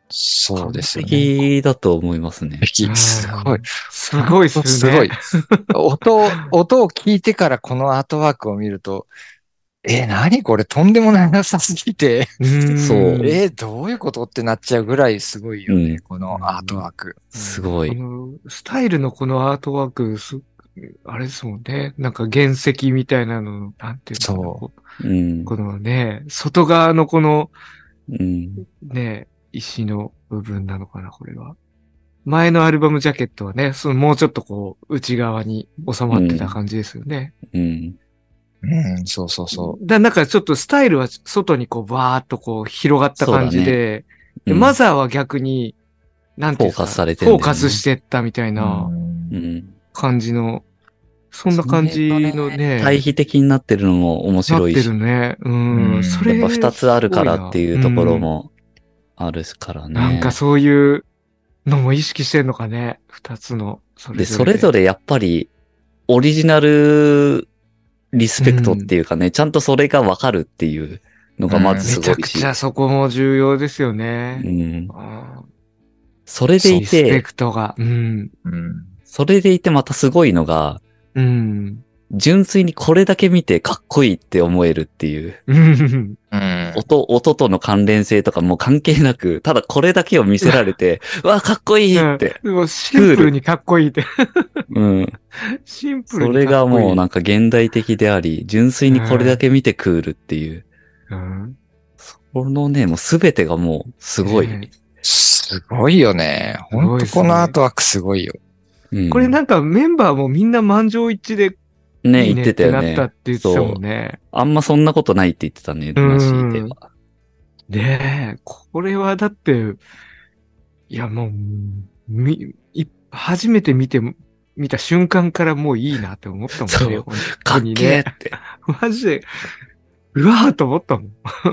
そうですよ完ね。 璧だと思いますね。 すごい。 すごいっすね。 すごい。音を、音を聞いてからこのアートワークを見ると、え、何これとんでもなさすぎて、 うんそうえ、どういうことってなっちゃうぐらいすごいよね、 うんこのアートワーク。 すごいこ。のスタイルのこのアートワーク、すあれですもんね。なんか原石みたいなの、なんていうのかなそうこうん。 このね、外側のこのうん。 ね、石の部分なのかな、これは。前のアルバムジャケットはね、そのもうちょっとこう、内側に収まってた感じですよね。 うん。 うん、そうそうそだなんかちょっとスタイルは外にこう、バーっとこう、広がった感じで、でうんマザーは逆に、なんていうんですか、 フォーカスされてんだよねフォーカスしてったみたいうなうんうん。 感じの、そんな感じのね、 対比的になってるのも面な白いしってる。ね。うん。 うんそれ、 やっぱ二つあるからっていうところすもあるからね。 ごいな。うんなんかそういうのも意識してんのかね。二つの、それで、 ぞれで。 それぞれやっぱり、オリジナルリスペクトっていうかね、ちゃんとそれがわかるっていうのがまずすめちゃごいし。 くちゃそこも重要ですよね。 うん。 あーそれでいリスペて、 クトが。うん。 うん。 それでいてまたすごいのが、 うん。 純粋にこれだけ見てかっこいいって思えるっていう。 うん。 うん。 音、音との関連性とかもう関係なく、ただこれだけを見せられて、うわ、かっこいいって。 でもシンプルにかっこいいって。 うん。 シンプルそにかっこいい。 れがもうなんか現代的であり、純粋にこれだけ見てクールっていう。 うん、 このね、もうすべてがもうすごい。 ねすごいよね。 すごいっすねほんとこのアートワークすごいよ。 うんこれなんかメンバーもみんな満場一致でね、 いい言っねっててなったよね。 たって言ってたもそう。 んね。 あんまそんなことないって言ってたね、ルナシーでうんは。 ねえ、これはだって、いやもう、み、い初めて見て、見た瞬間からもういいなって思ったもんね。 そう本かっ当にね。 けーって。 マジで、うわーと思ったもん。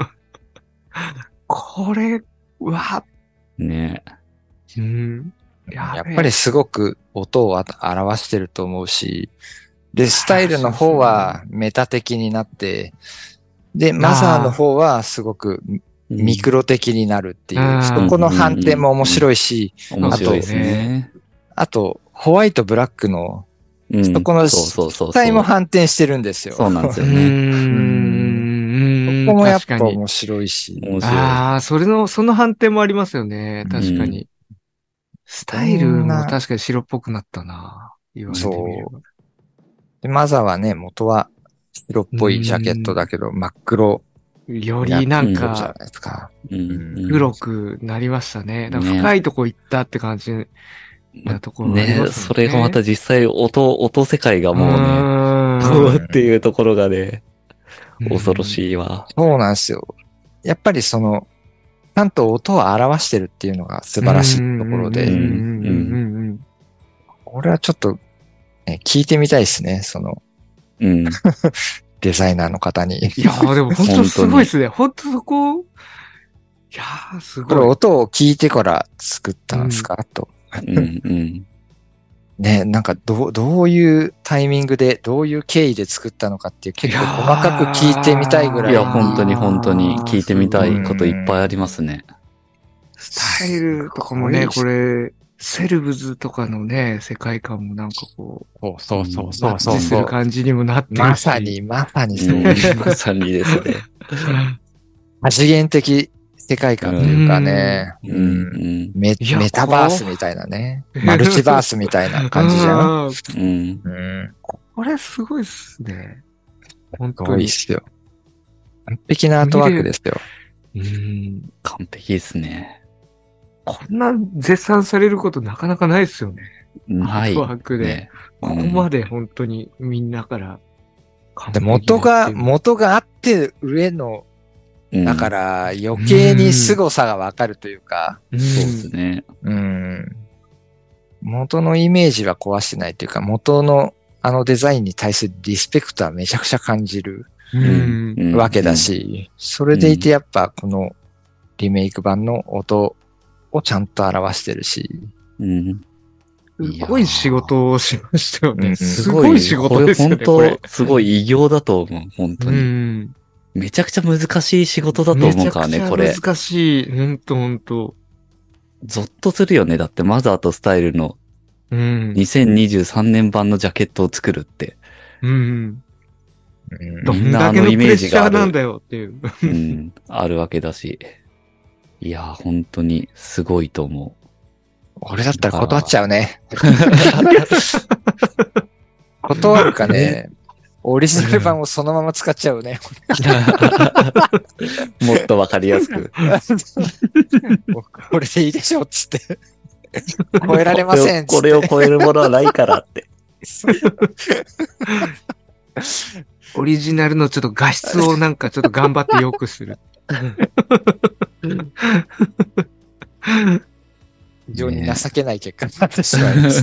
これ、うわーねうん。やべえやっぱりすごく音をあ表してると思うし、で、スタイルの方はメタ的になって、で、マザーの方はすごくミクロ的になるっていう、 うんそこの反転も面白いし、 面白いですね。 あと、ホワイト、ブラックの、 うんそこのそうそうそう主体も反転してるんですよ。 そうなんですうよね。 ん。 そこもやっぱ確かに。 面白いし。 面白い。 ああ、それの、その反転もありますよね。確かに。スタイルも確かに白っぽくなったな。言われてみれば。 で、マザーはね、元は白っぽいジャケットだけど、真っ黒よりなんじゃかない、ですか。 うん黒くなりましたね。だから深いとこ行ったって感じなところがありねますもんそれがまた実際音、音世界がもうね、 ねどうっていうところがね、恐ろい。 しいわ。 そうなんですよ。やっぱりその、ちゃんと音を表してるっていうのが素晴らしいところで、 うんうんうんうん俺はちょっと、ね、聞いてみたいですね、その、 うん。 デザイナーの方に。 いやーでも本当すごいですね。本当そこ、いやーすこれごい。 音を聞いてから作ったんですか、と。 うん。うん。 ね、なんかどう、どういうタイミングで、どういう経緯で作ったのかっていう結構細かく聞いてみたいぐらい。 いや、本当に本当に聞いてみたいこといっぱいありますね。 スタイルとかもね、これ、セルブズとかのね、世界観もなんかこう、 そうそうそうマッチする感じにもなってるし。 まさに、まさにそう。 うんまさにですね。 多次元的世界観というかね、 う。 うんうん。 メいやメタバースみたいなね。マルチバースみたいな感じじゃん。 ん。 うん。 うん。 これすごいっすね。本す当に。 ごいっすよ。完璧なアートワークですよ。 うん。 完璧ですね。 こんな絶賛されることなかなかないですよね。 ない。 アートワークで。 ね。 ここまで本当にみんなから完で璧なっていう。 元が、元があって上の、 うんだから余計に凄さがわかるというか、 うん、 そうですね。 うん。元のイメージは壊してないというか、元のあのデザインに対するリスペクトはめちゃくちゃ感じるうん。 うんわけだ。し、それでいてやっぱこのリメイク版の音をちゃんと表してるし、 うん。 すごい仕事をしましたよね。 うんすごい仕事ですよね、これこれ本。当、すごい偉業だと思う。本当うに。 ん。 めちゃくちゃ難しい仕事だと思うからね、これめちゃくちゃ。難しい。ほんとほんと。 ゾッとするよね。だってマザーとスタイルのうん。 にせんにじゅうさんねん版のジャケットを作るって。 うん。 うんどんだけのプレッシャーなんだよっていう。 うん、あるわけだし。いやー、本当にすごいと思う。 俺だったら断っちゃうね。断るかね。オリジナル版をそのまま使っちゃうね。 もっとわかりやすく。 これでいいでしょっつって。超えられませんっつって。 これを超えるものはないからって。 オリジナルのちょっと画質をなんかちょっと頑張って良くする。 非常に情けない結果になってしまいます。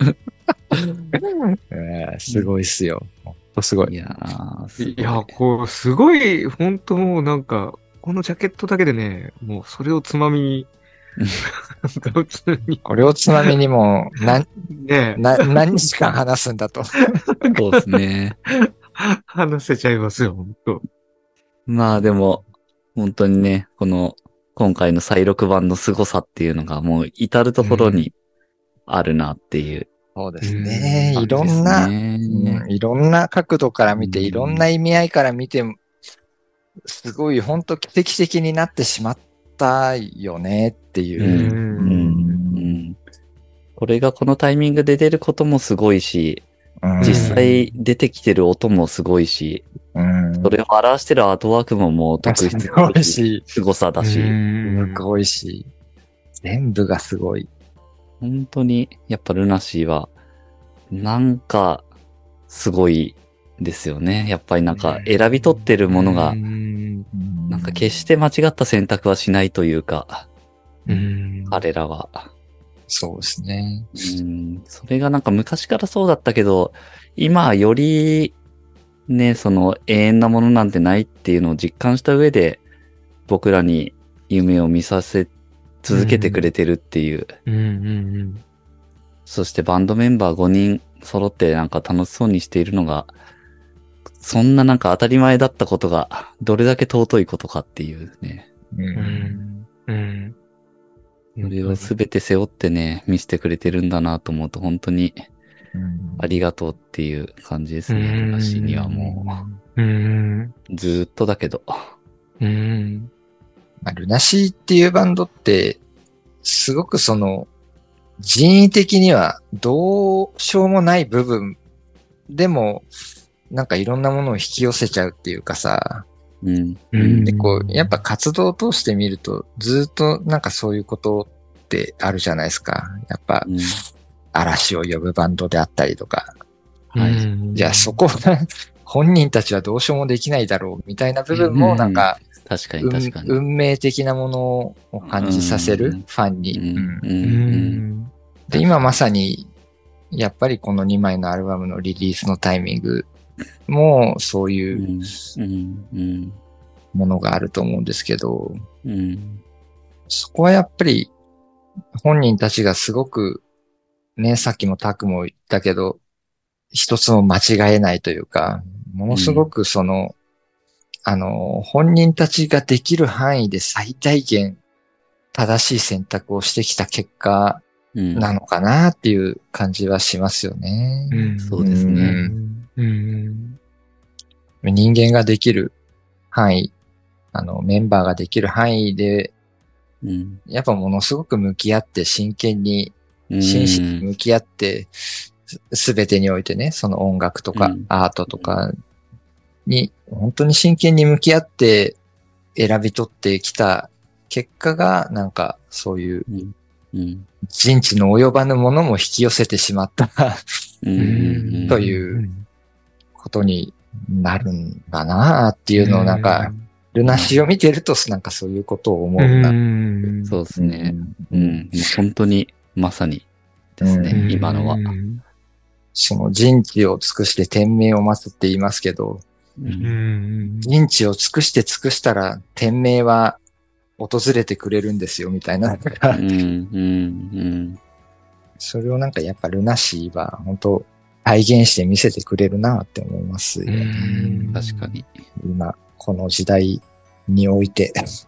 うんすごいっすよ。ほんとすごい。 いやー、すごい。 いや、こう、すごい、本当もうなんか、このジャケットだけでね、もうそれをつまみに、なんか普通に。 これをつまみにもう、な、 ねな、何日間話すんだと。 そうですね。 話せちゃいますよ、本当。 まあでも、本当にね、この、今回の再録版の凄さっていうのがもう至るところにあるなっていうそうですね。いろ感じですんな、 ね。 うんいろんな角度から見て、 うんいろんな意味合いから見て、すごい本当奇跡的になってしまったよねっていうう。 んうんうんこれがこのタイミングで出ることもすごいし、 うん実際出てきてる音もすごいし、 うんそれを表してるアートワークももう特筆すごいし、 凄さだし、 うんすごいし、全部がすごい。 本当にやっぱルナシーは、なんかすごいですよね。やっぱりなんか選び取ってるものがう、んなんか決して間違った選択はしないというか、 うん彼らは。 そうですね。 うん、それがなんか昔からそうだったけど、今はよりね、その永遠なものなんてないっていうのを実感した上で、僕らに夢を見させ続けてくれてるっていう。 うんうんそしてバンドメンバーごにん揃ってなんか楽しそうにしているのが、そんななんか当たり前だったことが、どれだけ尊いことかっていうね。 ううんんうんそれをすべて背負ってね、見せてくれてるんだなと思うと本当にうんありがとうっていう感じですね。ルナシーにはもうんう、ずーっとだけど。 うんまあルナシーっていうバンドって、すごくその、人為的にはどうしようもない部分でも、なんかいろんなものを引き寄せちゃうっていうかさ、 うん。 うんで、こう、やっぱ活動を通してみると、ずっとなんかそういうことってあるじゃないですか。やっぱ、 うん嵐を呼ぶバンドであったりとか。 はいじゃあそこは、本人たちはどうしようもできないだろうみたいな部分もなんか、 確かに運確かに。 運命的なものを感じさせる、 うんファンに、うんうんううんんで、今まさに、やっぱりこのにまいのアルバムのリリースのタイミングもそうういうんうんうんものがあると思うんですけど、 うんそこはやっぱり本人たちがすごく、ね、さっきもタクも言ったけど、一つも間違えないというか、ものすごくその、あの、本人たちができる範囲で最大限正しい選択をしてきた結果うんなのかなっていう感じはしますよね。 うんそうですね。 うん人間ができる範囲、あの、メンバーができる範囲で、 うんやっぱものすごく向き合って真剣に、 うん真摯に向き合って、すべてにおいてね、その音楽とかうんアートとかに、本当に真剣に向き合って選び取ってきた結果が、なんかそういううんうん人知の及ばぬものも引き寄せてしまったうんうんということになるんだなっていうのをなんか、ルナシーを見てるとなんかそういうことを思うな。 んそうですね。うん。もう本当に、まさにですね、 うん今のは。 その人知を尽くして天命を待つって言いますけど、 ううんん人知を尽くして尽くしたら天命は訪れてくれるんですよみたいな。 うんうんそれをなんかやっぱルナシーは本当体現して見せてくれるなって思いますよね。 うん確かに。 今、この時代において。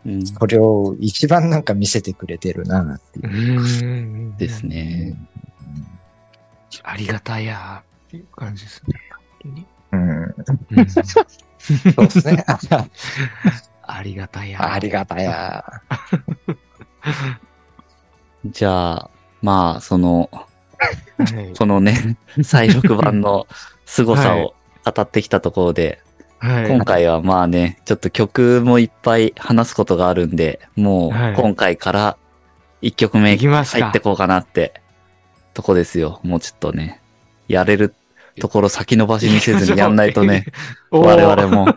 うん、 それを一番なんか見せてくれてるなっていうう。ん。 ですね。 ありがたやっていう感じですね。本当に。 うん。 うんそうですね。 ありがたや。 ありがたや。 じゃあ、まあ、その、 はいこのね、再録版の凄さを語ってきたところで、 はい。 今回はまあね、ちょっと曲もいっぱい話すことがあるんで、もうはい今回からいっきょくめいきますか入ってこうかなってとこですよ。もうちょっとね、やれるところ先延ばしにせずにやんないとね、 おー我々も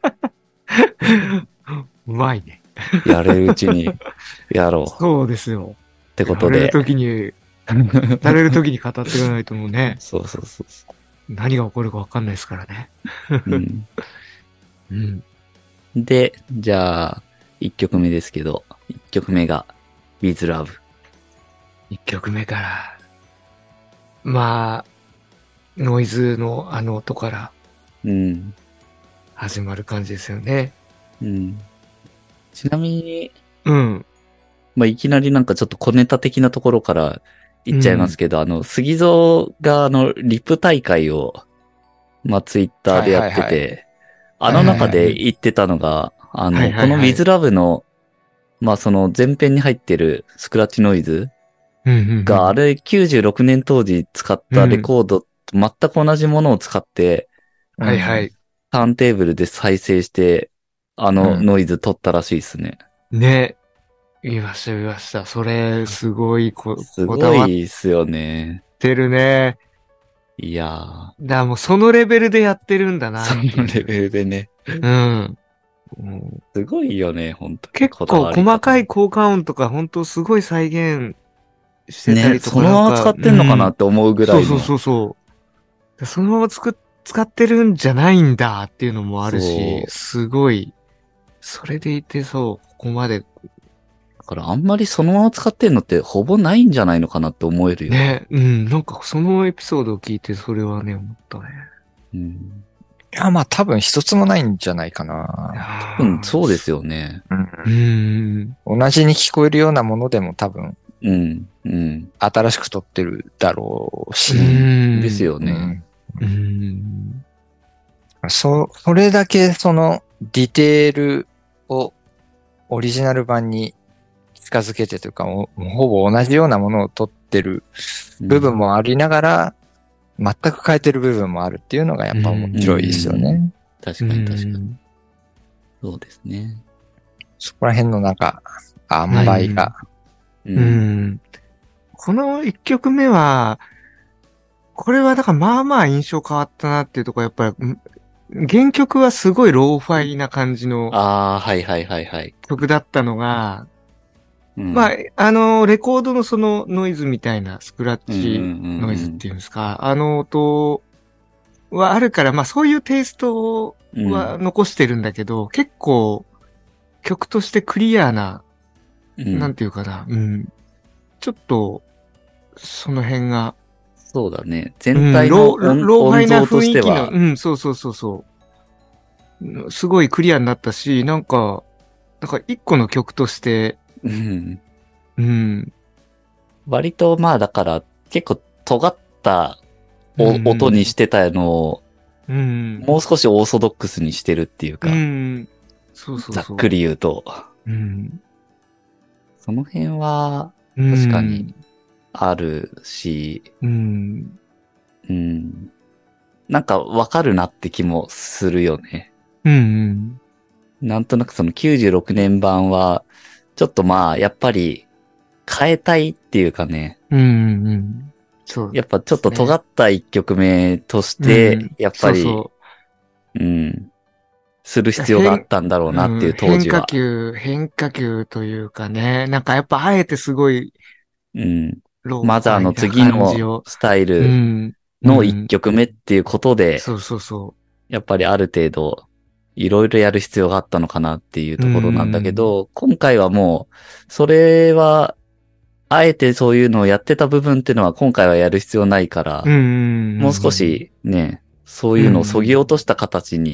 うまいね。 やれるうちにやろうそうですよ。 ってことで。 やれるときに、やれるときに語っていかないともうね、 そうそうそうそ何が起こるかわかんないですからね。 う、うん。 うん。 で、じゃあ、いっきょくめですけど、いっきょくめが With Love。 一曲目から、まあ、ノイズのあの音からうん。 始まる感じですよね。 うん。ちなみに、 うん。 まあ、いきなりなんかちょっと小ネタ的なところから言っちゃいますけど、あの、杉蔵があの、リップ大会を、まあ、ツイッターでやってて、 はいはいはあの中で言ってたのが、あの、 はいはいはいこの With Love の、まあ、その前編に入ってるスクラッチノイズうんうんうんが、あれきゅうじゅうろくねん当時使ったレコードと全く同じものを使って、 はいはい。 ターンテーブルで再生して、あのノイズ取ったらしいですね。 ね。言いました、言いました。それ、すごいこ、 すごこだわっいっすよね。 てるね。 いやー。 だからもうそのレベルでやってるんだなってそいう。 のレベルでね。 うん。うんすごいよね、本当結構細かい効果音とか本当すごい再現してたね、 りとか。 そのまま使ってんのかなって思うぐらいの。 そうそうそうそう。そのままつく使ってるんじゃないんだっていうのもあるしそ、うすごい、それでいてそう、ここまでだからあんまりそのまま使ってんのってほぼないんじゃないのかなって思えるよ。 ね、うん、なんかそのエピソードを聞いてそれはね、思ったね。 うん。 いや、まあ多分一つもないんじゃないかな。 うん、そうですよね。 うん。 同じに聞こえるようなものでも多分うん、うん。 新しく撮ってるだろうし。 うん。 ですよね。 うんうん。 そ、それだけそのディテールをオリジナル版に近づけてというか、もうほぼ同じようなものを撮ってる部分もありながら、全く変えてる部分もあるっていうのがやっぱ面白いですよね。 確かに確かに。そうですね。 そこら辺のなんか、塩梅が。 う。 うんん。この一曲目は、これはだからまあまあ印象変わったなっていうところやっぱり、ん原曲はすごいローファイな感じのああ、はいはいはいはい。 曲だったのが、 うん、 まあ、あの、レコードのそのノイズみたいなスクラッチうんうんうんうんノイズっていうんですか、あの音はあるから、まあそういうテイストは残してるんだけど、結構曲としてクリアな、 うん、 なんていうかな、うん。ちょっと、その辺が、 そうだね。全体のうん、 音,、 ローローファイな音像としては雰囲気の、、うん、そうそうそうそう。すごいクリアになったし、なんか、なんか一個の曲として、 うん、 うん。 割とまあだから結構尖ったおうん音にしてたのを、 うん。 もう少しオーソドックスにしてるっていうか、 うん。そうそうそう。 ざっくり言うと、 うん。 その辺はうん確かに。あるし、 うん。 うん、なんかわかるなって気もするよね。 うん。 なんとなくそのきゅうじゅうろくねん版は、ちょっとまあやっぱり変えたいっていうかね、 うん。うん。そう。 やっぱちょっと尖った一曲目として、 うんやっぱり、 そうそううん、する必要があったんだろうなっていう当時は。 変化球、変化球というかね、なんかやっぱあえてすごい、 うん、 ローマザーの次のスタイルの一曲目っていうことで、 そうそうそやっぱりある程度、いろいろやる必要があったのかなっていうところなんだけど、今回はもう、それは、あえてそういうのをやってた部分っていうのは今回はやる必要ないから、 う。うん。 もう少しね、そういうのを削ぎ落とした形に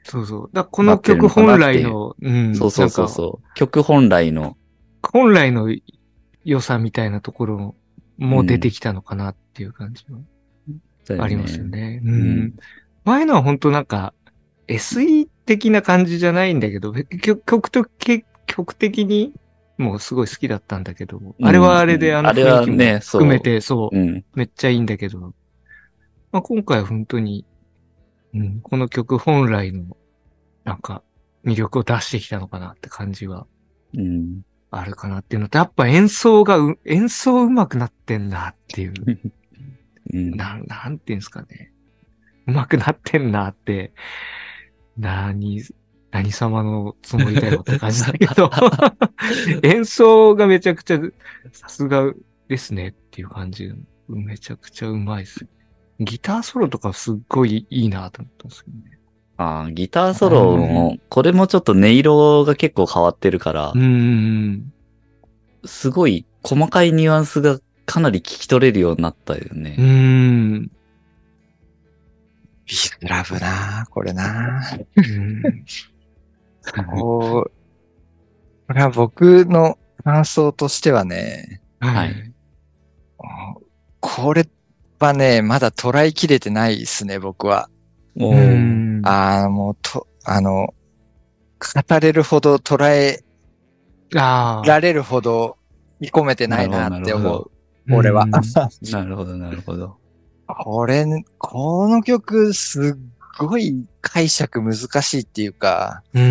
そうそう。だこの曲本来の、うん。 そうそうそうそう。曲本来の。 本来の良さみたいなところも出てきたのかなっていう感じはありますよね。うん。うん、前のは本当なんか エスイー 的な感じじゃないんだけど、曲と曲的にもうすごい好きだったんだけど、うん、あれはあれであの雰囲気も含めて、そう、うん、めっちゃいいんだけど、まあ、今回は本当に、うん、この曲本来のなんか魅力を出してきたのかなって感じはあるかなっていうのと、やっぱ演奏がう、演奏上手くなってんなっていう、うん、な、なんていうんですかね。上手くなってんなって、何、何様のつもりだよって感じだけど、演奏がめちゃくちゃさすがですねっていう感じ。めちゃくちゃうまいです。ギターソロとかすっごいいいなと思ったんですけどね。 ああ、ギターソロも、これもちょっと音色が結構変わってるから、 うん、 すごい細かいニュアンスがかなり聞き取れるようになったよね。 うん。 ビズラブなこれなうん、こうこれは僕の感想としてはね、 はい。 これはね、まだ捉えきれてないですね、僕は。 うん、 ああ、もうと、あの、語れるほど捉えられるほど見込めてないなって思う。俺は。 なるほど、なるほど。 これ、この曲、すっごい解釈難しいっていうか、 うん、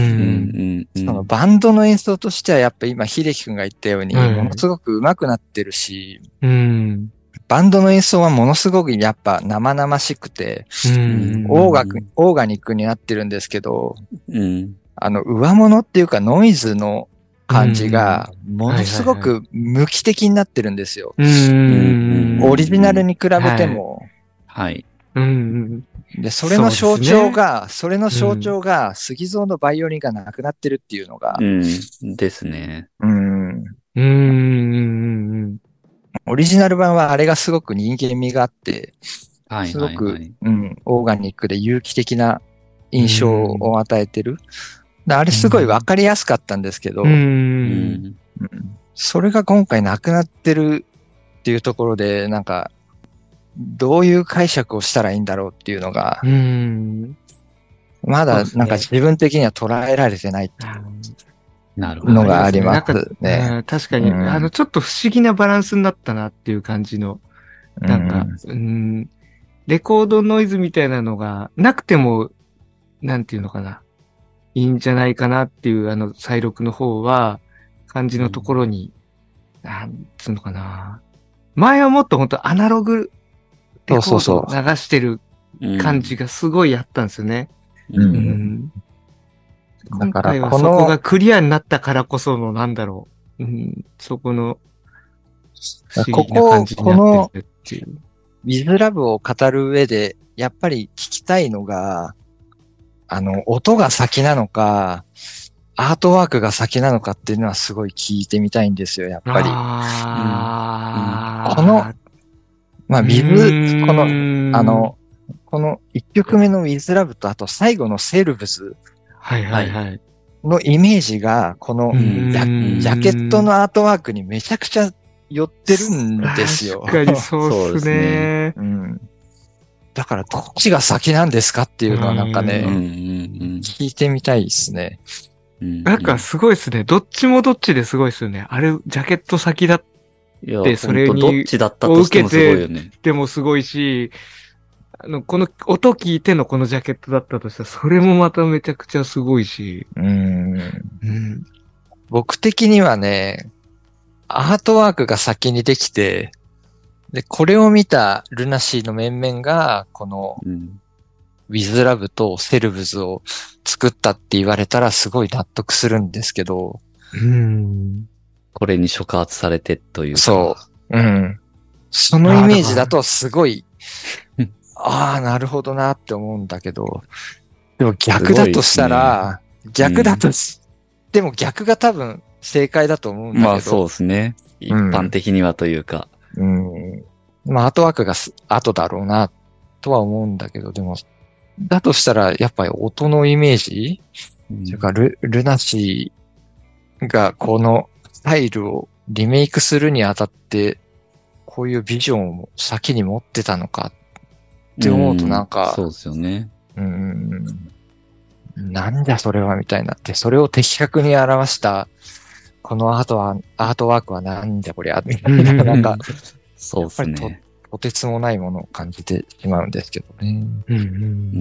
そのバンドの演奏としてはやっぱ今、秀樹くんが言ったように、ものすごく上手くなってるし、 うん、 バンドの演奏はものすごくやっぱ生々しくて、 うん、 オーガオーガニックになってるんですけど、 うん、 あの、上物っていうかノイズの感じが、ものすごく無機的になってるんですよ。 うんオリジナルに比べても。 はい。 うん、 で、それの象徴が、そ, ね、それの象徴が、杉蔵のバイオリンがなくなってるっていうのが。 うん、ですね。 うん。 うん。 オリジナル版はあれがすごく人間味があって、 はい、 すごく、うん、オーガニックで有機的な印象を与えてる。あれすごいわかりやすかったんですけど、 うんうん、それが今回なくなってるっていうところで、なんか、どういう解釈をしたらいいんだろうっていうのが、 うん、 まだなんか自分的には捉えられてないっていうのがありますね。 確かに、うん、あの、ちょっと不思議なバランスになったなっていう感じの、なんか、うん、レコードノイズみたいなのがなくても、なんていうのかな。いいんじゃないかなっていう、あの、再録の方は、感じのところに、うん、なんつうのかな。前はもっと本当アナログレコードを流してる感じがすごいあったんですよね。 うんうん、 今回はそこがクリアになったからこその、なんだろう。うん、そこの、不思議な感じになってるっていう。 ウィズラブを語る上で、やっぱり聞きたいのが、あの、音が先なのか、アートワークが先なのかっていうのはすごい聞いてみたいんですよ、やっぱり。 あうん、この、まあ、ウィズ、この、あの、この一曲目のウィズラブと、あと最後のセルブズ。 はいはいはい。 のイメージが、このジャ、ジャケットのアートワークにめちゃくちゃ寄ってるんですよ。 確かにそうですね。 うん、だからどっちが先なんですかっていうのはなんかね、聞いてみたいですね。 なんかすごいですね。どっちもどっちですごいですよね。あれ、ジャケット先だってそれにどっちだったとしてもすごいよね。 でもすごいし、あの、この音聞いてのこのジャケットだったとしたら、それもまためちゃくちゃすごいし。 うん、うん、僕的にはね、アートワークが先にできて、で、これを見たルナシーの面々が、この、ウィズラブとセルブズを作ったって言われたらすごい納得するんですけど、 うん、 これに触発されてというか。 そう。うん。そのイメージだとすごい、ああ、なるほどなって思うんだけど、でも逆だとしたら、ね、逆だとし、うん、でも逆が多分正解だと思うんだけど。 まあそうですね。一般的にはというか。 うん。うん、まあアートワークが後だろうなとは思うんだけど、でも、 だとしたら、やっぱり音のイメージ、 うんそれからル、ルナシーがこのスタイルをリメイクするにあたって、こういうビジョンを先に持ってたのかって思うとなんか、 うんそうですよね。 うーん、なんだそれはみたいになって、それを的確に表した、このアートは、アートワークはなんだこりゃ、みたいな、なんか、 そうですやっぱりね。 とてつもないものを感じてしまうんですけどね。 うんうんう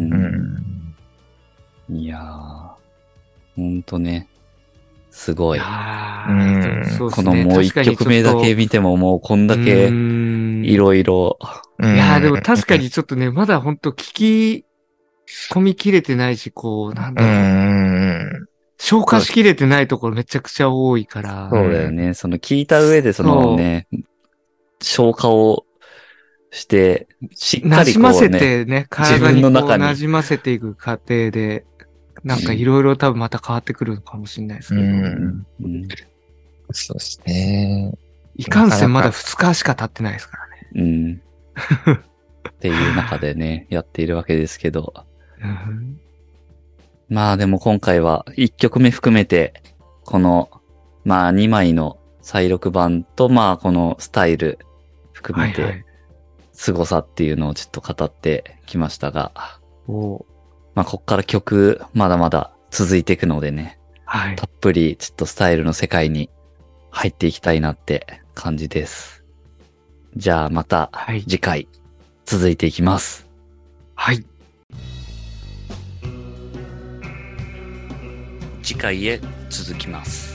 うんん。 いやー、ほんとね、すごい。 いやうんーそうですね。 このもう一曲目だけ見てももうこんだけいろいろ。 いやーでも確かにちょっとね、まだほんと聞き込みきれてないし、こう、なんうだろう。 ん。 消化しきれてないところめちゃくちゃ多いから。 そうだよね。その聞いた上でそのね、消化をして、しっか馴りこ染ませうね、 てね、 自体にこう分の中に馴染ませていく過程で、なんかいろいろ多分また変わってくるのかもしれないですけど。 うん。 うん。 そうですね。 いかんせんまだふつかしか経ってないですからね。 うん。っていう中でね、やっているわけですけど。 うんまあでも今回はいっきょくめ含めて、この、まあにまいの再録版と、まあこのスタイル含めて、 はいはい。 凄さっていうのをちょっと語ってきましたが、 おまあこっから曲まだまだ続いていくのでね、 はい。 たっぷりちょっとスタイルの世界に入っていきたいなって感じです。じゃあまたはい。 次回続いていきます。 はい。 次回へ続きます。